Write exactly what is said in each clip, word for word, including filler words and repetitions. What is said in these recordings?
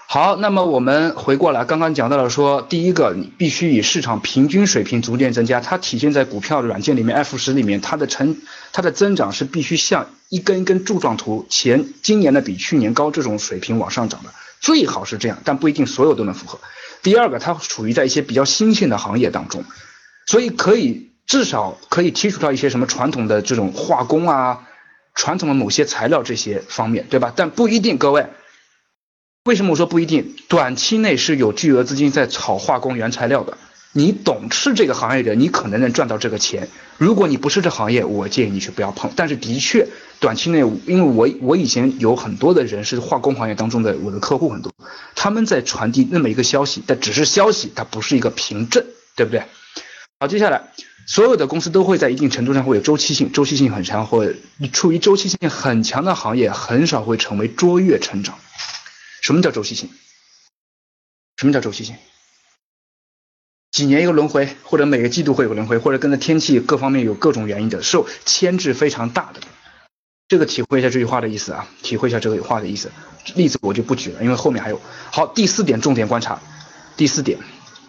好，那么我们回过来，刚刚讲到了说，第一个，你必须以市场平均水平逐渐增加，它体现在股票软件里面 F 十 里面，它的成它的增长是必须像一根一根柱状图，前今年的比去年高这种水平往上涨的，最好是这样，但不一定所有都能符合。第二个，它处于在一些比较新兴的行业当中，所以可以至少可以剔除掉一些什么传统的这种化工啊，传统的某些材料这些方面，对吧？但不一定，各位。为什么我说不一定？短期内是有巨额资金在炒化工原材料的，你懂是这个行业的，你可能能赚到这个钱。如果你不是这行业，我建议你去不要碰。但是的确，短期内，因为我我以前有很多的人是化工行业当中的我的客户很多，他们在传递那么一个消息，但只是消息，它不是一个凭证，对不对？好，接下来所有的公司都会在一定程度上会有周期性，周期性很强，或者处于周期性很强的行业，很少会成为卓越成长。什么叫周期性？什么叫周期性？几年一个轮回，或者每个季度会有个轮回，或者跟着天气各方面有各种原因的，受牵制非常大的。这个体会一下这句话的意思啊，体会一下这个话的意思。例子我就不举了，因为后面还有。好，第四点重点观察。第四点，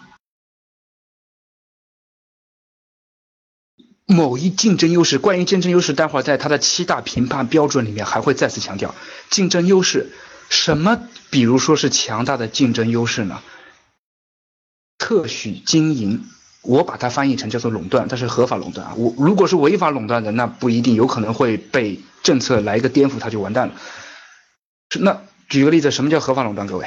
某一竞争优势，关于竞争优势，待会儿在它的七大评判标准里面还会再次强调竞争优势。什么比如说是强大的竞争优势呢？特许经营，我把它翻译成叫做垄断，但是合法垄断啊。我如果是违法垄断的，那不一定，有可能会被政策来一个颠覆，它就完蛋了。那举个例子，什么叫合法垄断？各位，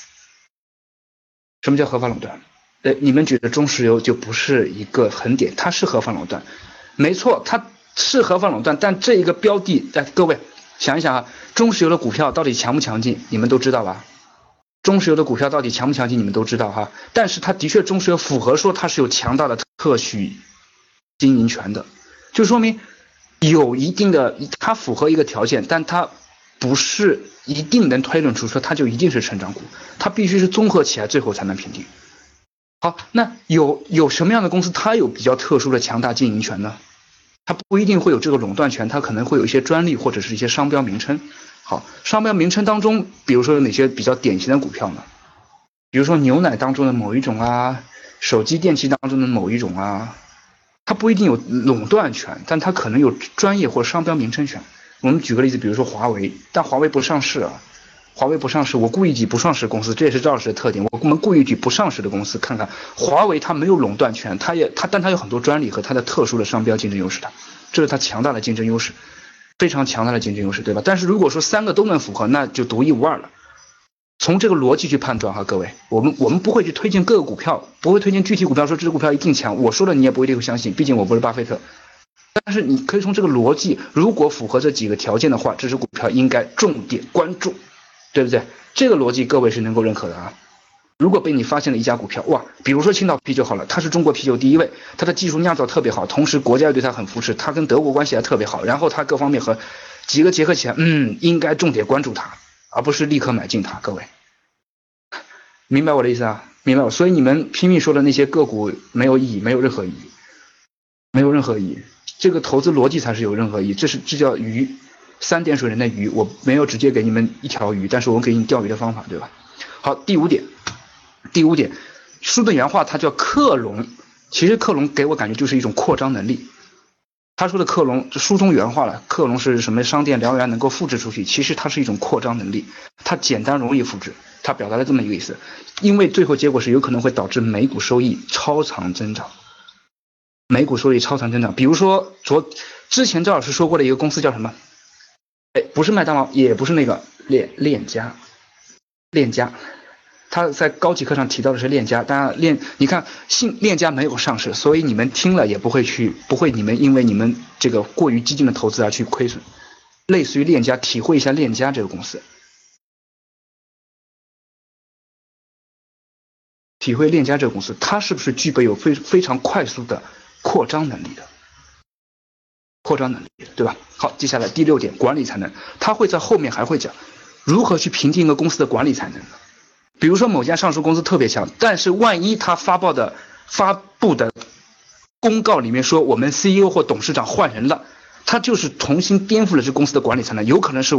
什么叫合法垄断？呃，你们觉得中石油就不是一个很点，它是合法垄断，没错，它是合法垄断，但这一个标的，哎，各位。想一想啊，中石油的股票到底强不强劲？你们都知道吧？中石油的股票到底强不强劲？你们都知道哈。但是它的确，中石油符合说它是有强大的特许经营权的，就说明有一定的，它符合一个条件，但它不是一定能推论出说它就一定是成长股，它必须是综合起来最后才能评定。好，那有有什么样的公司它有比较特殊的强大经营权呢？它不一定会有这个垄断权，它可能会有一些专利或者是一些商标名称。好，商标名称当中，比如说有哪些比较典型的股票呢？比如说牛奶当中的某一种啊，手机电器当中的某一种啊，它不一定有垄断权，但它可能有专业或商标名称权。我们举个例子，比如说华为，但华为不上市啊，华为不上市，我故意举不上市公司，这也是赵老师的特点。我们故意举不上市的公司，看看华为它没有垄断权，它也它但它有很多专利和它的特殊的商标竞争优势的，这是它强大的竞争优势，非常强大的竞争优势，对吧？但是如果说三个都能符合，那就独一无二了。从这个逻辑去判断哈，各位，我们我们不会去推荐各个股票，不会推荐具体股票说这只股票一定强，我说了你也不一定会相信，毕竟我不是巴菲特。但是你可以从这个逻辑，如果符合这几个条件的话，这只股票应该重点关注，对不对？这个逻辑各位是能够认可的啊。如果被你发现了一家股票，哇，比如说青岛啤酒好了，它是中国啤酒第一位，它的技术酿造特别好，同时国家对它很扶持，它跟德国关系还特别好，然后它各方面和几个结合起来，嗯，应该重点关注它，而不是立刻买进它。各位，明白我的意思啊？明白我？所以你们拼命说的那些个股没有意义，没有任何意义，没有任何意义。这个投资逻辑才是有任何意义，这是这叫鱼，三点水人的鱼，我没有直接给你们一条鱼，但是我给你钓鱼的方法，对吧？好，第五点，第五点，书的原话它叫克隆，其实克隆给我感觉就是一种扩张能力。他说的克隆，书中原话了，克隆是什么？商店燎原能够复制出去，其实它是一种扩张能力，它简单容易复制，它表达了这么一个意思。因为最后结果是有可能会导致每股收益超常增长。每股收益超常增长，比如说昨之前赵老师说过的一个公司叫什么？哎，不是麦当劳，也不是那个链链家，链家，他在高级课上提到的是链家。当然链，你看信链家没有上市，所以你们听了也不会去，不会你们因为你们这个过于激进的投资而去亏损。类似于链家，体会一下链家这个公司，体会链家这个公司，它是不是具备有非非常快速的扩张能力的，扩张能力的，对吧？好，接下来第六点，管理才能，他会在后面还会讲如何去评定一个公司的管理才能。比如说某家上市公司特别强，但是万一他发布的发布的公告里面说我们 C E O 或董事长换人了，他就是重新颠覆了这公司的管理才能，有可能是往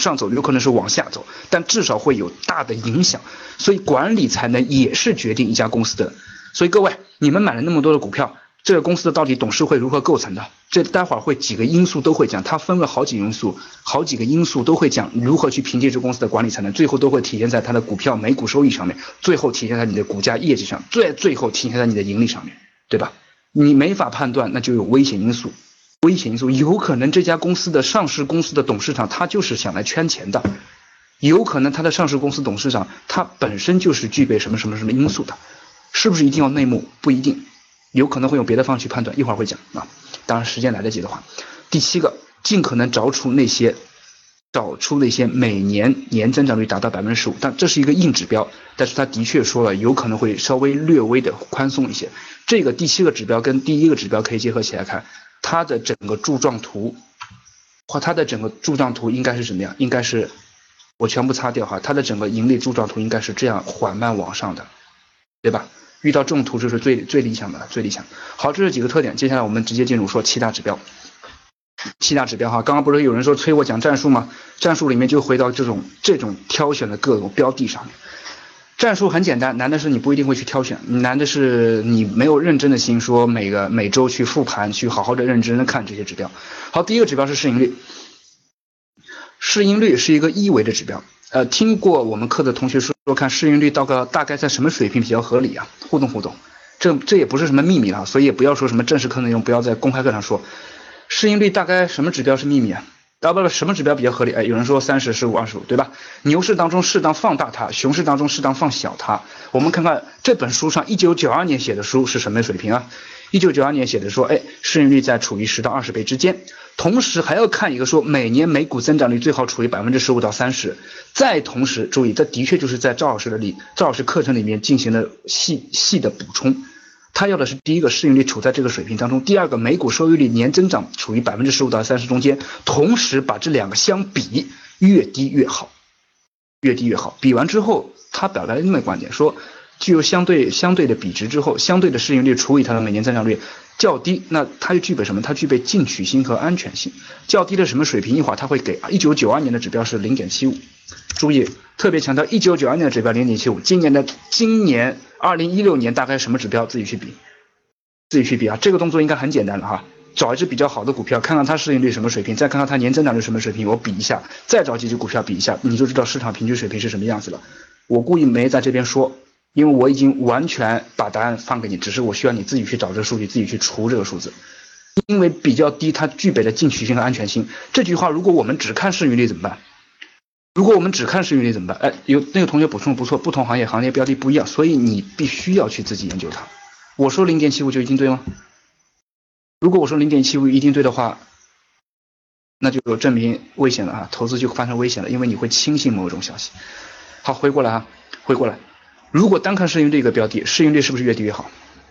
上走，有可能是往下走，但至少会有大的影响。所以管理才能也是决定一家公司的。所以各位，你们买了那么多的股票，这个公司的到底董事会如何构成的？这待会儿会几个因素都会讲，它分了好几因素，好几个因素都会讲如何去评定这公司的管理才能，最后都会体现在它的股票每股收益上面，最后体现在你的股价业绩上，最最后体现在你的盈利上面，对吧？你没法判断，那就有危险因素。危险因素有可能这家公司的上市公司的董事长他就是想来圈钱的，有可能他的上市公司董事长他本身就是具备什么什么什么因素的，是不是一定要内幕？不一定，有可能会用别的方式去判断，一会儿会讲啊。当然时间来得及的话。第七个，尽可能找出那些找出那些每年年增长率达到百分之十五，但这是一个硬指标，但是他的确说了有可能会稍微略微的宽松一些。这个第七个指标跟第一个指标可以结合起来看，它的整个柱状图或它的整个柱状图应该是什么样？应该是我全部擦掉哈，它的整个盈利柱状图应该是这样缓慢往上的，对吧？遇到这种图就是最最理想的，最理想。好，这是几个特点，接下来我们直接进入说七大指标。七大指标哈，刚刚不是有人说催我讲战术吗？战术里面就回到这种这种挑选的各种标的上面。战术很简单，难的是你不一定会去挑选，难的是你没有认真的心说每个每周去复盘，去好好的认真的看这些指标。好，第一个指标是市盈率。市盈率是一个一维的指标，呃，听过我们课的同学说说看市盈率到个大概在什么水平比较合理啊？互动互动，这这也不是什么秘密了，所以也不要说什么正式课内容不要在公开课上说。市盈率大概什么指标是秘密啊？啊不不，什么指标比较合理？哎，有人说三十、十五、二十五，对吧？牛市当中适当放大它，熊市当中适当放小它。我们看看这本书上一九九二年写的书是什么水平啊？一九九二年写的说，哎，市盈率在处于十到二十倍之间。同时还要看一个说，每年每股增长率最好处于百分之十五到三十。再同时注意，这的确就是在赵老师的里赵老师课程里面进行了细细的补充。他要的是第一个市盈率处在这个水平当中，第二个每股收益率年增长处于百分之十五到三十中间，同时把这两个相比，越低越好，越低越好。比完之后，他表达了这么一个观点，说具有相对相对的比值之后，相对的市盈率除以它的每年增长率较低，那它就具备什么？它具备进取心和安全性。较低的什么水平？一会儿他会给。一九九二年的指标是 零点七五， 注意特别强调一九九二年的指标 零点七五， 今年的今年二零一六年大概什么指标？自己去比，自己去比啊！这个动作应该很简单了哈，找一只比较好的股票，看看它市盈率什么水平，再看看它年增长率什么水平，我比一下，再找几只股票比一下，你就知道市场平均水平是什么样子了。我故意没在这边说，因为我已经完全把答案放给你，只是我需要你自己去找这个数据，自己去除这个数字。因为比较低，它具备了进取性和安全性。这句话如果我们只看市盈率怎么办？如果我们只看市盈率怎么办？哎，有那个同学补充不错，不同行业行业标的不一样，所以你必须要去自己研究它。我说 零点七五 就一定对吗？如果我说 零点七五 一定对的话，那就证明危险了啊，投资就发生危险了，因为你会轻信某种消息。好，回过来啊，回过来。如果单看市盈率一个标的，市盈率是不是越低越好？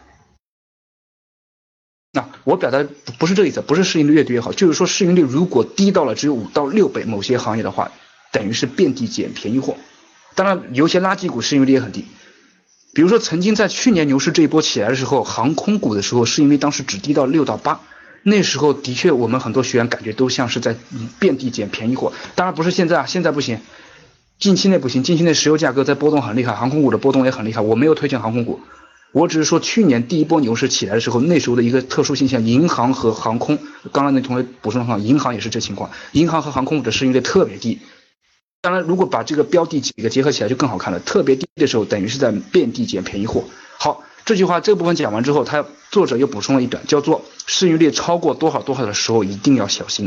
那我表达不是这个意思，不是市盈率越低越好，就是说市盈率如果低到了只有五到六倍，某些行业的话，等于是遍地捡便宜货。当然，有些垃圾股市盈率也很低，比如说曾经在去年牛市这一波起来的时候，航空股的时候，市盈率当时只低到六到八，那时候的确我们很多学员感觉都像是在遍地捡便宜货。当然不是现在啊，现在不行，近期内不行，近期内石油价格在波动很厉害，航空股的波动也很厉害，我没有推荐航空股。我只是说去年第一波牛市起来的时候，那时候的一个特殊现象，银行和航空，刚刚那同学补充的话，银行也是这情况，银行和航空股的市盈率特别低。当然如果把这个标的几个结合起来就更好看了，特别低的时候等于是在遍地捡便宜货。好，这句话这部分讲完之后，他作者又补充了一段，叫做市盈率超过多少多少的时候一定要小心，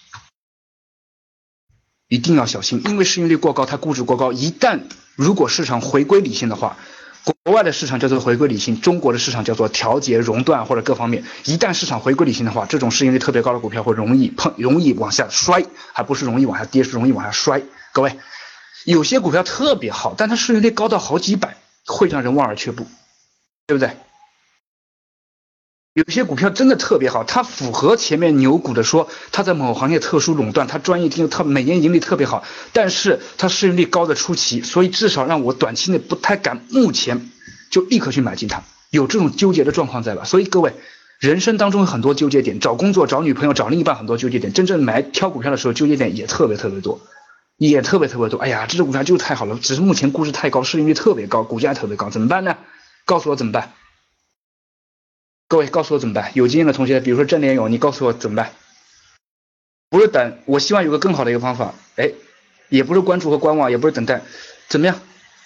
一定要小心，因为市盈率过高，它估值过高，一旦如果市场回归理性的话，国外的市场叫做回归理性，中国的市场叫做调节熔断或者各方面。一旦市场回归理性的话，这种市盈率特别高的股票会容易碰，容易往下摔，还不是容易往下跌，是容易往下摔。各位，有些股票特别好，但它市盈率高到好几百，会让人望而却步，对不对？有些股票真的特别好，它符合前面牛股的说，它在某行业特殊垄断，它专业定它每年盈利特别好，但是它市盈率高的出奇，所以至少让我短期内不太敢目前就立刻去买进它，有这种纠结的状况在吧？所以各位，人生当中有很多纠结点，找工作、找女朋友、找另一半很多纠结点，真正买挑股票的时候纠结点也特别特别多。 也特别特别多。哎呀，这只股票就太好了，只是目前估值太高，市盈率特别高，股价特别高，怎么办呢？告诉我怎么办？各位告诉我怎么办？有经验的同学，比如说郑连勇，你告诉我怎么办？不是等，我希望有个更好的一个方法，哎，也不是关注和观望，也不是等待，怎么样？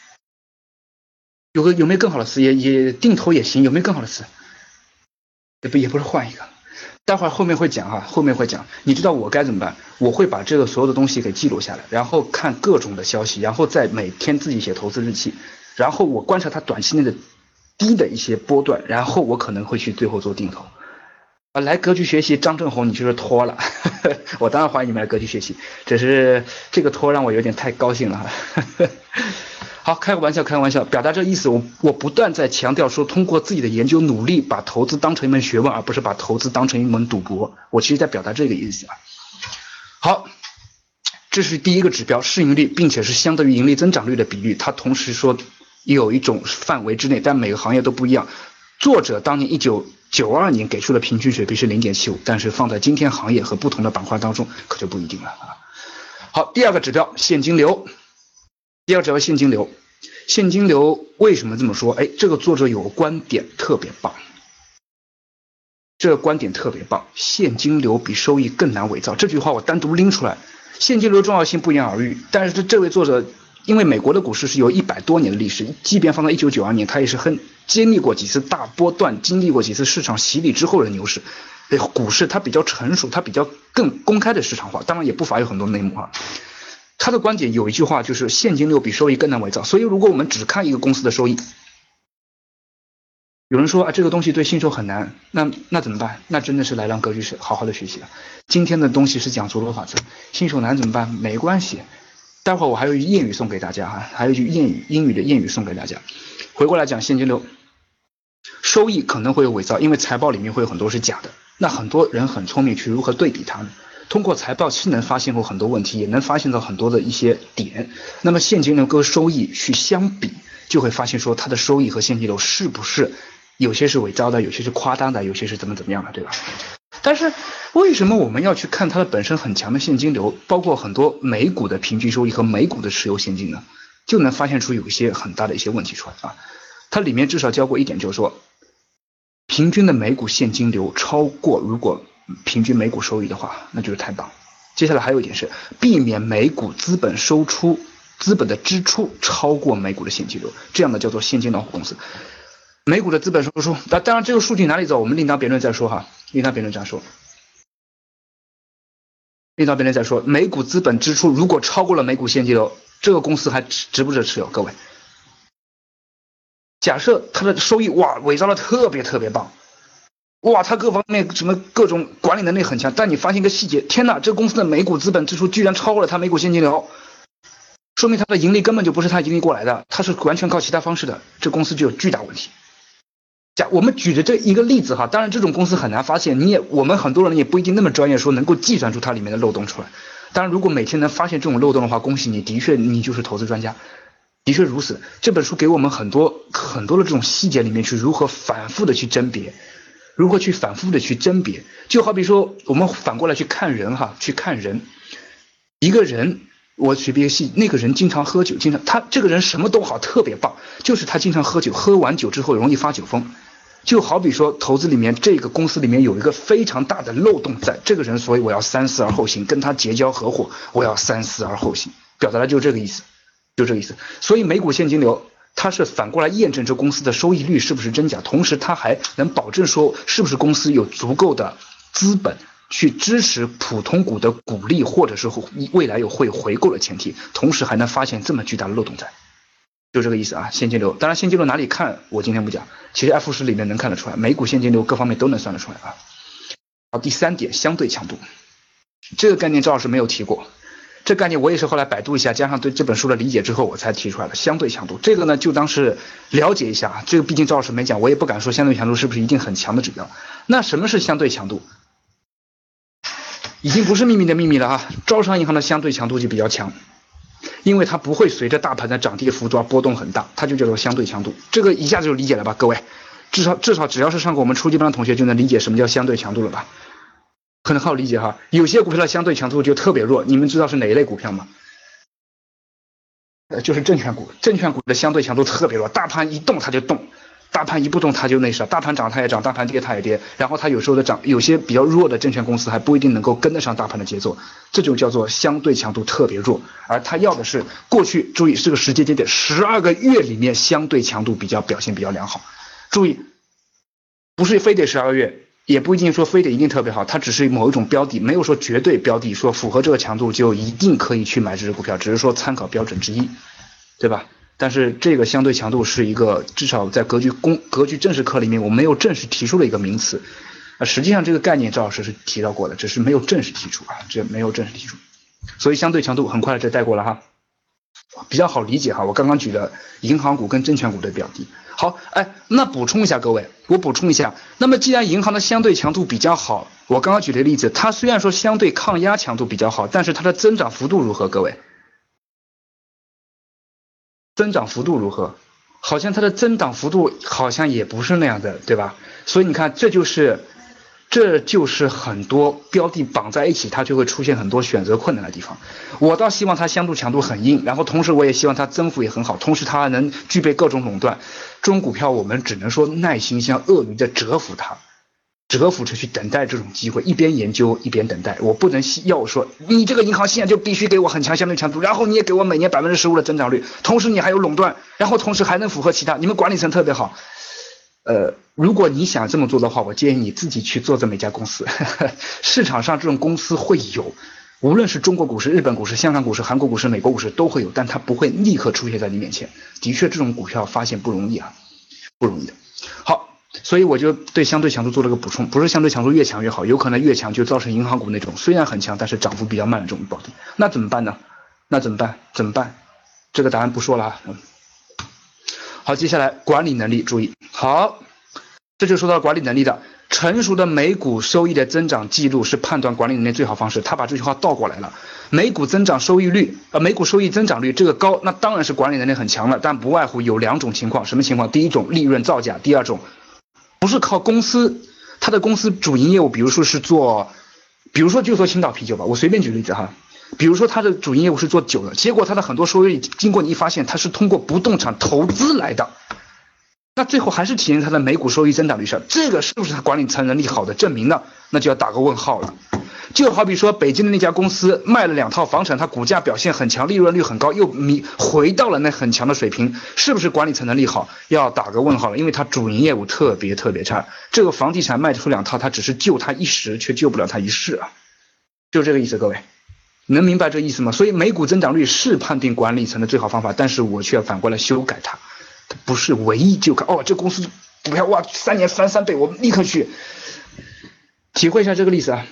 有个有没有更好的词？也也定投也行，有没有更好的词？也不也不是换一个，待会儿后面会讲哈，后面会讲。你知道我该怎么办？我会把这个所有的东西给记录下来，然后看各种的消息，然后再每天自己写投资日记，然后我观察它短期内的低的一些波段，然后我可能会去最后做定投。啊，来格局学习，张正红，你就是拖了，我当然欢迎你们来格局学习，只是这个拖让我有点太高兴了哈。好，开个玩笑，开个玩笑，表达这个意思，我我不断在强调说，通过自己的研究努力，把投资当成一门学问，而不是把投资当成一门赌博。我其实在表达这个意思啊。好，这是第一个指标，市盈率，并且是相对于盈利增长率的比率，它同时说有一种范围之内，但每个行业都不一样。作者当年一九九二年给出的平均水平是 零点七五， 但是放在今天行业和不同的板块当中，可就不一定了啊。好，第二个指标，现金流。第二指标现金流，现金流为什么这么说？哎，这个作者有个观点特别棒，这个观点特别棒，现金流比收益更难伪造。这句话我单独拎出来，现金流重要性不言而喻。但是这这位作者，因为美国的股市是有一百多年的历史，即便放到一九九二年，他也是很经历过几次大波段，经历过几次市场洗礼之后的牛市。股市它比较成熟，它比较更公开的市场化，当然也不乏有很多内幕啊。他的观点有一句话，就是现金流比收益更难伪造。所以如果我们只看一个公司的收益，有人说啊，这个东西对新手很难，那那怎么办？那真的是来让格局是好好的学习了。今天的东西是讲足罗法则，新手难怎么办？没关系，待会儿我还有一句谚语送给大家哈，还有一句谚语，英语的谚语送给大家。回过来讲现金流，收益可能会有伪造，因为财报里面会有很多是假的。那很多人很聪明，去如何对比它呢？通过财报是能发现过很多问题，也能发现到很多的一些点。那么现金流跟收益去相比，就会发现说它的收益和现金流是不是有些是伪造的，有些是夸张的，有些是怎么怎么样的，对吧？但是为什么我们要去看它的本身很强的现金流，包括很多美股的平均收益和美股的持有现金呢？就能发现出有一些很大的一些问题出来啊。它里面至少教过一点，就是说平均的美股现金流超过如果平均每股收益的话，那就是太棒。接下来还有一点是避免每股资本收出资本的支出超过每股的现金流，这样的叫做现金老虎公司。每股的资本收出，那当然这个数据哪里走，我们另当别论再说哈，另当别论再说。另当别论再说，每股资本支出如果超过了每股现金流，这个公司还值不值持有？各位，假设它的收益哇伪造的特别特别棒。哇，它各方面什么各种管理能力很强，但你发现一个细节，天哪，这个公司的每股资本支出居然超过了它每股现金流，说明它的盈利根本就不是它盈利过来的，它是完全靠其他方式的，这公司就有巨大问题。假我们举的这一个例子哈，当然这种公司很难发现，你也我们很多人也不一定那么专业，说能够计算出它里面的漏洞出来。当然，如果每天能发现这种漏洞的话，恭喜你，的确你就是投资专家，的确如此。这本书给我们很多很多的这种细节里面去如何反复的去甄别。如何去反复的去甄别，就好比说我们反过来去看人哈，去看人，一个人我举一个细，那个人经常喝酒，经常他这个人什么都好，特别棒，就是他经常喝酒，喝完酒之后容易发酒疯。就好比说投资里面这个公司里面有一个非常大的漏洞在，这个人所以我要三思而后行，跟他结交合伙我要三思而后行，表达的就是这个意思，就这个意思。所以每股现金流它是反过来验证这公司的收益率是不是真假，同时它还能保证说是不是公司有足够的资本去支持普通股的股利，或者是未来有会回购的前提，同时还能发现这么巨大的漏洞在，就这个意思啊。现金流，当然现金流哪里看我今天不讲，其实 F 十里面能看得出来，每股现金流各方面都能算得出来啊。好，第三点，相对强度，这个概念赵老师没有提过。这概念我也是后来百度一下，加上对这本书的理解之后，我才提出来的。相对强度，这个呢就当是了解一下，这个毕竟赵老师没讲，我也不敢说相对强度是不是一定很强的指标。那什么是相对强度？已经不是秘密的秘密了啊！招商银行的相对强度就比较强，因为它不会随着大盘的涨跌幅度波动很大，它就叫做相对强度。这个一下子就理解了吧，各位？至少至少只要是上过我们初级班的同学就能理解什么叫相对强度了吧？很好理解哈，有些股票的相对强度就特别弱，你们知道是哪一类股票吗？ 呃，就是证券股，证券股的相对强度特别弱，大盘一动它就动，大盘一不动它就那啥，大盘涨它也涨，大盘跌它也跌，然后它有时候的涨，有些比较弱的证券公司还不一定能够跟得上大盘的节奏，这就叫做相对强度特别弱，而它要的是过去注意这个时间节点十二个月里面相对强度比较表现比较良好，注意不是非得十二个月。也不一定说非得一定特别好，它只是某一种标的，没有说绝对标的说符合这个强度就一定可以去买这只股票，只是说参考标准之一，对吧？但是这个相对强度是一个至少在格局公格局正式课里面我没有正式提出的一个名词，啊，实际上这个概念赵老师是提到过的，只是没有正式提出啊，这没有正式提出，所以相对强度很快这带过了哈，比较好理解哈。我刚刚举的银行股跟证券股的表的。好，哎，那补充一下各位，我补充一下，那么既然银行的相对强度比较好，我刚刚举的例子，它虽然说相对抗压强度比较好，但是它的增长幅度如何？各位，增长幅度如何？好像它的增长幅度好像也不是那样的，对吧？所以你看，这就是这就是很多标的绑在一起，它就会出现很多选择困难的地方。我倒希望它相对强度很硬，然后同时我也希望它增幅也很好，同时它能具备各种垄断。这种股票我们只能说耐心像鳄鱼的蛰伏它，蛰伏着去等待这种机会，一边研究一边等待。我不能要说你这个银行现在就必须给我很强相对强度，然后你也给我每年百分之十五的增长率，同时你还有垄断，然后同时还能符合其他，你们管理层特别好。呃，如果你想这么做的话，我建议你自己去做这么一家公司。市场上这种公司会有，无论是中国股市、日本股市、香港股市、韩国股市、美国股市都会有，但它不会立刻出现在你面前。的确，这种股票发现不容易啊，不容易的。好，所以我就对相对强度做了个补充，不是相对强度越强越好，有可能越强就造成银行股那种虽然很强，但是涨幅比较慢的这种标的。那怎么办呢？那怎么办？怎么办？这个答案不说了啊。嗯好，接下来管理能力，注意，好，这就说到管理能力的。成熟的每股收益的增长记录是判断管理能力最好方式。他把这句话倒过来了，每股增长收益率，呃，每股收益增长率这个高，那当然是管理能力很强了。但不外乎有两种情况，什么情况？第一种利润造假，第二种不是靠公司，他的公司主营业务，比如说是做，比如说就说青岛啤酒吧，我随便举例子哈。比如说他的主营业务是做酒的，结果他的很多收益经过你一发现，他是通过不动产投资来的，那最后还是体现他的每股收益增长率上，这个是不是他管理层能力好的证明呢？那就要打个问号了。就好比说北京的那家公司卖了两套房产，它股价表现很强，利润率很高，又迷回到了那很强的水平，是不是管理层能力好？要打个问号了，因为它主营业务特别特别差。这个房地产卖出两套，它只是救它一时，却救不了它一世啊，就这个意思，各位。能明白这意思吗？所以每股增长率是判定管理层的最好方法，但是我却反过来修改它，它不是唯一就看哦，这公司股票哇三年翻三倍，我立刻去体会一下这个例子啊，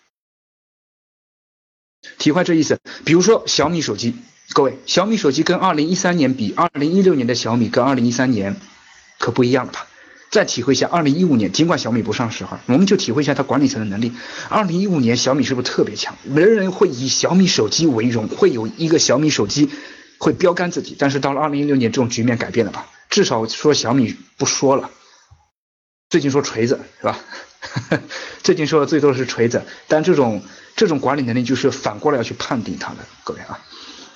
体会这意思。比如说小米手机，各位，小米手机跟二零一三年比，二零一六年的小米跟二零一三年可不一样了吧？再体会一下二零一五年，尽管小米不上市哈，我们就体会一下它管理层的能力。二零一五年小米是不是特别强？人人会以小米手机为荣，会有一个小米手机会标杆自己。但是到了二零一六年，这种局面改变了吧？至少说小米不说了，最近说锤子是吧？最近说的最多是锤子，但这种这种管理能力就是反过来要去判定它的，各位啊。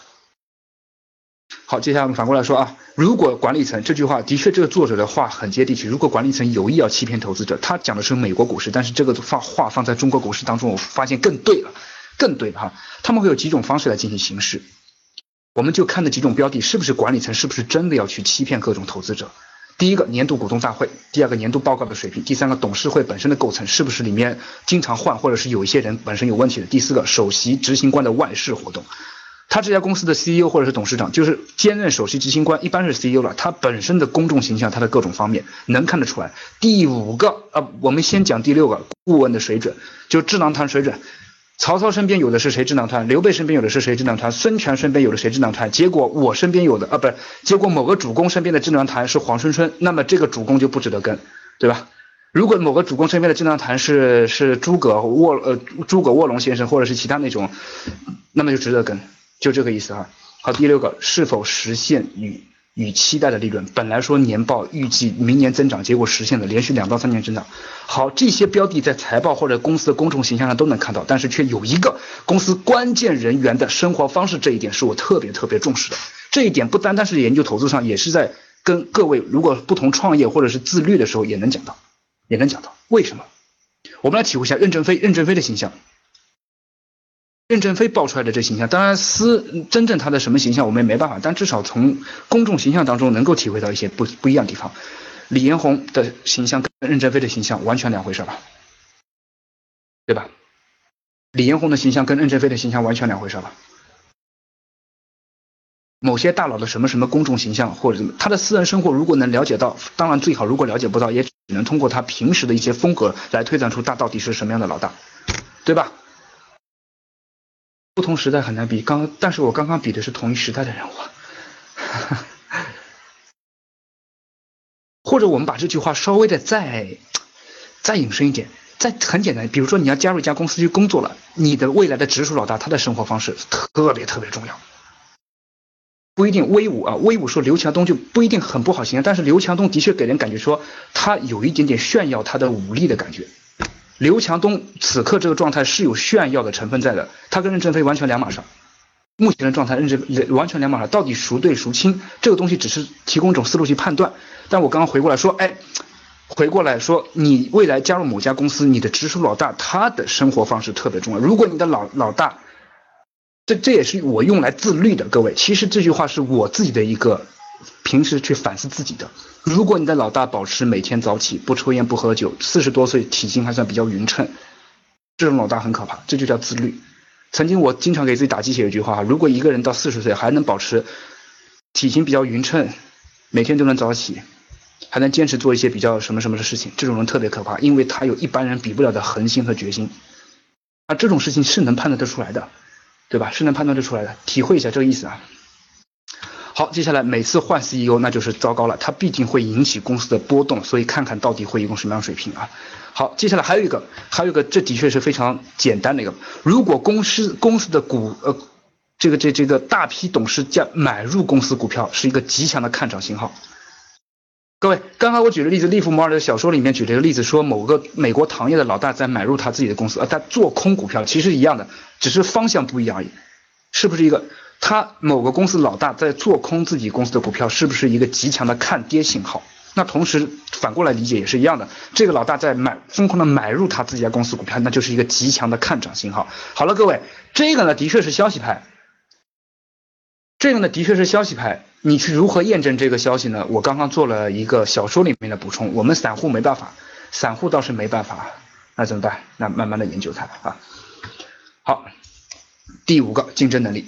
好，接下来我们反过来说啊，如果管理层，这句话的确这个作者的话很接地气，如果管理层有意要欺骗投资者，他讲的是美国股市，但是这个话放在中国股市当中，我发现更对了，更对了哈。他们会有几种方式来进行行事，我们就看那几种标的是不是管理层是不是真的要去欺骗各种投资者。第一个年度股东大会，第二个年度报告的水平，第三个董事会本身的构成是不是里面经常换或者是有一些人本身有问题的，第四个首席执行官的外事活动。他这家公司的 C E O 或者是董事长，就是兼任首席执行官，一般是 C E O 了。他本身的公众形象，他的各种方面能看得出来。第五个，呃，我们先讲第六个，顾问的水准，就智囊团水准。曹操身边有的是谁智囊团？刘备身边有的是谁智囊团？孙权身边有的谁智囊团？结果我身边有的啊，不是，结果某个主公身边的智囊团是黄春春，那么这个主公就不值得跟，对吧？如果某个主公身边的智囊团是是诸葛卧呃诸葛卧龙先生，或者是其他那种，那么就值得跟。就这个意思哈。好，第六个，是否实现与与期待的利润？本来说年报预计明年增长，结果实现了连续两到三年增长。好，这些标的在财报或者公司的公众形象上都能看到，但是却有一个公司关键人员的生活方式，这一点是我特别特别重视的。 这一点不单单是研究投资上，也是在跟各位如果不同创业或者是自律的时候也能讲到，也能讲到为什么。我们来体会一下任正非，任正非的形象。任正非爆出来的这形象，当然私真正他的什么形象我们也没办法，但至少从公众形象当中能够体会到一些不不一样的地方。李彦宏的形象跟任正非的形象完全两回事吧，对吧？李彦宏的形象跟任正非的形象完全两回事吧。某些大佬的什么什么公众形象或者什么，他的私人生活如果能了解到，当然最好；如果了解不到，也只能通过他平时的一些风格来推断出他到底是什么样的老大，对吧？不同时代很难比，刚但是我刚刚比的是同一时代的人物，或者我们把这句话稍微的再再引申一点，再很简单，比如说你要加入一家公司去工作了，你的未来的直属老大他的生活方式特别特别重要，不一定威武啊，威武说刘强东就不一定很不好形象，但是刘强东的确给人感觉说他有一点点炫耀他的武力的感觉。刘强东此刻这个状态是有炫耀的成分在的，他跟任正非完全两码事。目前的状态，任正完全两码事，到底孰对孰轻，这个东西只是提供一种思路去判断。但我刚刚回过来说，哎，回过来说，你未来加入某家公司，你的直属老大他的生活方式特别重要。如果你的老老大，这这也是我用来自律的，各位，其实这句话是我自己的一个平时去反思自己的。如果你的老大保持每天早起，不抽烟不喝酒，四十多岁体型还算比较匀称，这种老大很可怕，这就叫自律。曾经我经常给自己打鸡血一句话，如果一个人到四十岁还能保持体型比较匀称，每天都能早起，还能坚持做一些比较什么什么的事情，这种人特别可怕，因为他有一般人比不了的恒心和决心。而这种事情是能判断得出来的，对吧？是能判断得出来的，体会一下这个意思啊。好，接下来每次换 C E O 那就是糟糕了，它必定会引起公司的波动，所以看看到底会用什么样水平啊。好，接下来还有一个，还有一个，这的确是非常简单的一个，如果公司公司的股呃这个这这个大批董事将买入公司股票，是一个极强的看涨信号。各位，刚刚我举的例子，利弗摩尔的小说里面举了一个例子，说某个美国糖业的老大在买入他自己的公司，呃，他做空股票，其实一样的，只是方向不一样而已，是不是一个？他某个公司老大在做空自己公司的股票，是不是一个极强的看跌信号？那同时反过来理解也是一样的，这个老大在买疯狂的买入他自己家公司股票，那就是一个极强的看涨信号。好了，各位，这个呢的确是消息派，这个呢的确是消息派。你去如何验证这个消息呢？我刚刚做了一个小说里面的补充，我们散户没办法，散户倒是没办法，那怎么办？那慢慢的研究它啊。好，第五个竞争能力。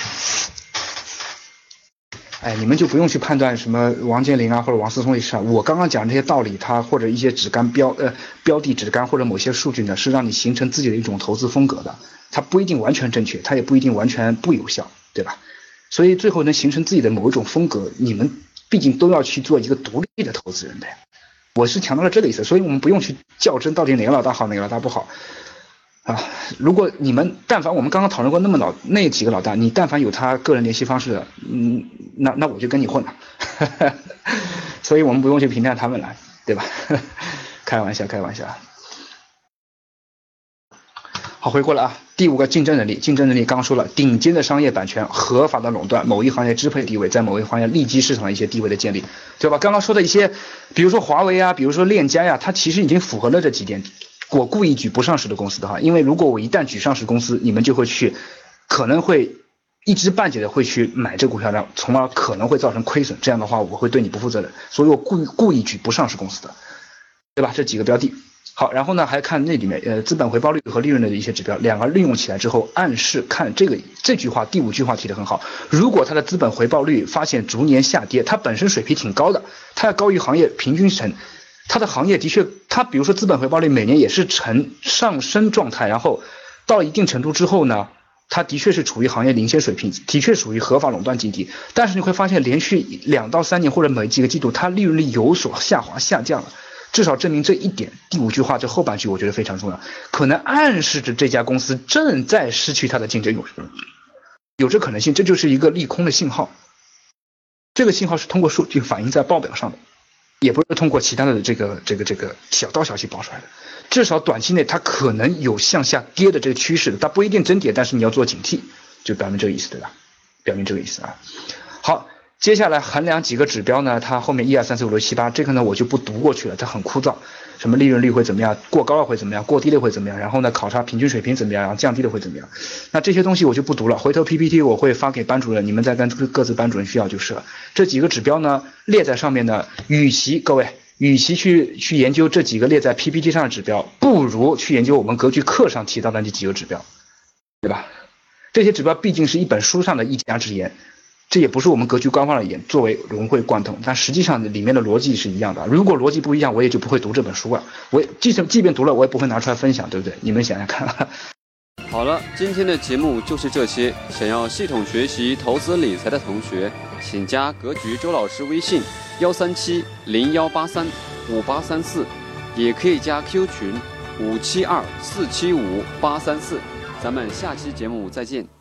哎，你们就不用去判断什么王健林啊或者王思聪也是啊，我刚刚讲这些道理，它或者一些指标标呃标的指标或者某些数据呢，是让你形成自己的一种投资风格的，它不一定完全正确，它也不一定完全不有效，对吧？所以最后能形成自己的某一种风格，你们毕竟都要去做一个独立的投资人的呀。我是强调了这个意思，所以我们不用去较真到底哪个老大好哪个老大不好。啊，如果你们但凡我们刚刚讨论过那么老那几个老大，你但凡有他个人联系方式的，嗯，那那我就跟你混了，所以我们不用去评价他们了，对吧？开玩笑，开玩笑。好，回过来啊，第五个竞争能力，竞争能力刚刚说了，顶尖的商业版权，合法的垄断，某一行业支配地位，在某一行业利基市场的一些地位的建立，对吧？刚刚说的一些，比如说华为啊，比如说链家呀、啊，它其实已经符合了这几点。我故意举不上市的公司的话，因为如果我一旦举上市公司，你们就会去，可能会一知半解的会去买这股票，然后从而可能会造成亏损。这样的话，我会对你不负责任，所以我故意故意举不上市公司的，对吧？这几个标的。好，然后呢，还看那里面呃资本回报率和利润的一些指标，两个利用起来之后，暗示看这个这句话第五句话提得很好。如果它的资本回报率发现逐年下跌，它本身水平挺高的，它要高于行业平均值。它的行业的确，它比如说资本回报率每年也是呈上升状态，然后到了一定程度之后呢，它的确是处于行业领先水平，的确属于合法垄断境地。但是你会发现，连续两到三年或者每几个季度，它利润率有所下滑下降了，至少证明这一点。第五句话这后半句我觉得非常重要，可能暗示着这家公司正在失去它的竞争优势，有这可能性，这就是一个利空的信号。这个信号是通过数据反映在报表上的。也不是通过其他的这个这个这个小道消息爆出来的，至少短期内它可能有向下跌的这个趋势的，它不一定真跌，但是你要做警惕，就表明这个意思，对吧？表明这个意思啊。好。 好，接下来衡量几个指标呢，它后面一二三四五六七八，这个呢我就不读过去了，它很枯燥。什么利润率会怎么样？过高了会怎么样？过低了会怎么样？然后呢，考察平均水平怎么样？然后降低了会怎么样？那这些东西我就不读了，回头 P P T 我会发给班主任，你们再跟各自班主任需要就是了。这几个指标呢列在上面呢，与其各位，与其去去研究这几个列在 P P T 上的指标，不如去研究我们格局课上提到的那几个指标，对吧？这些指标毕竟是一本书上的一家之言。这也不是我们格局官方的言，作为融会贯通，但实际上里面的逻辑是一样的。如果逻辑不一样，我也就不会读这本书了。我即使即便读了，我也不会拿出来分享，对不对？你们想想看。 好了，今天的节目就是这些。想要系统学习投资理财的同学，请加格局周老师微信幺三七零幺八三五八三四，也可以加 Q 群五七二四七五八三四。咱们下期节目再见。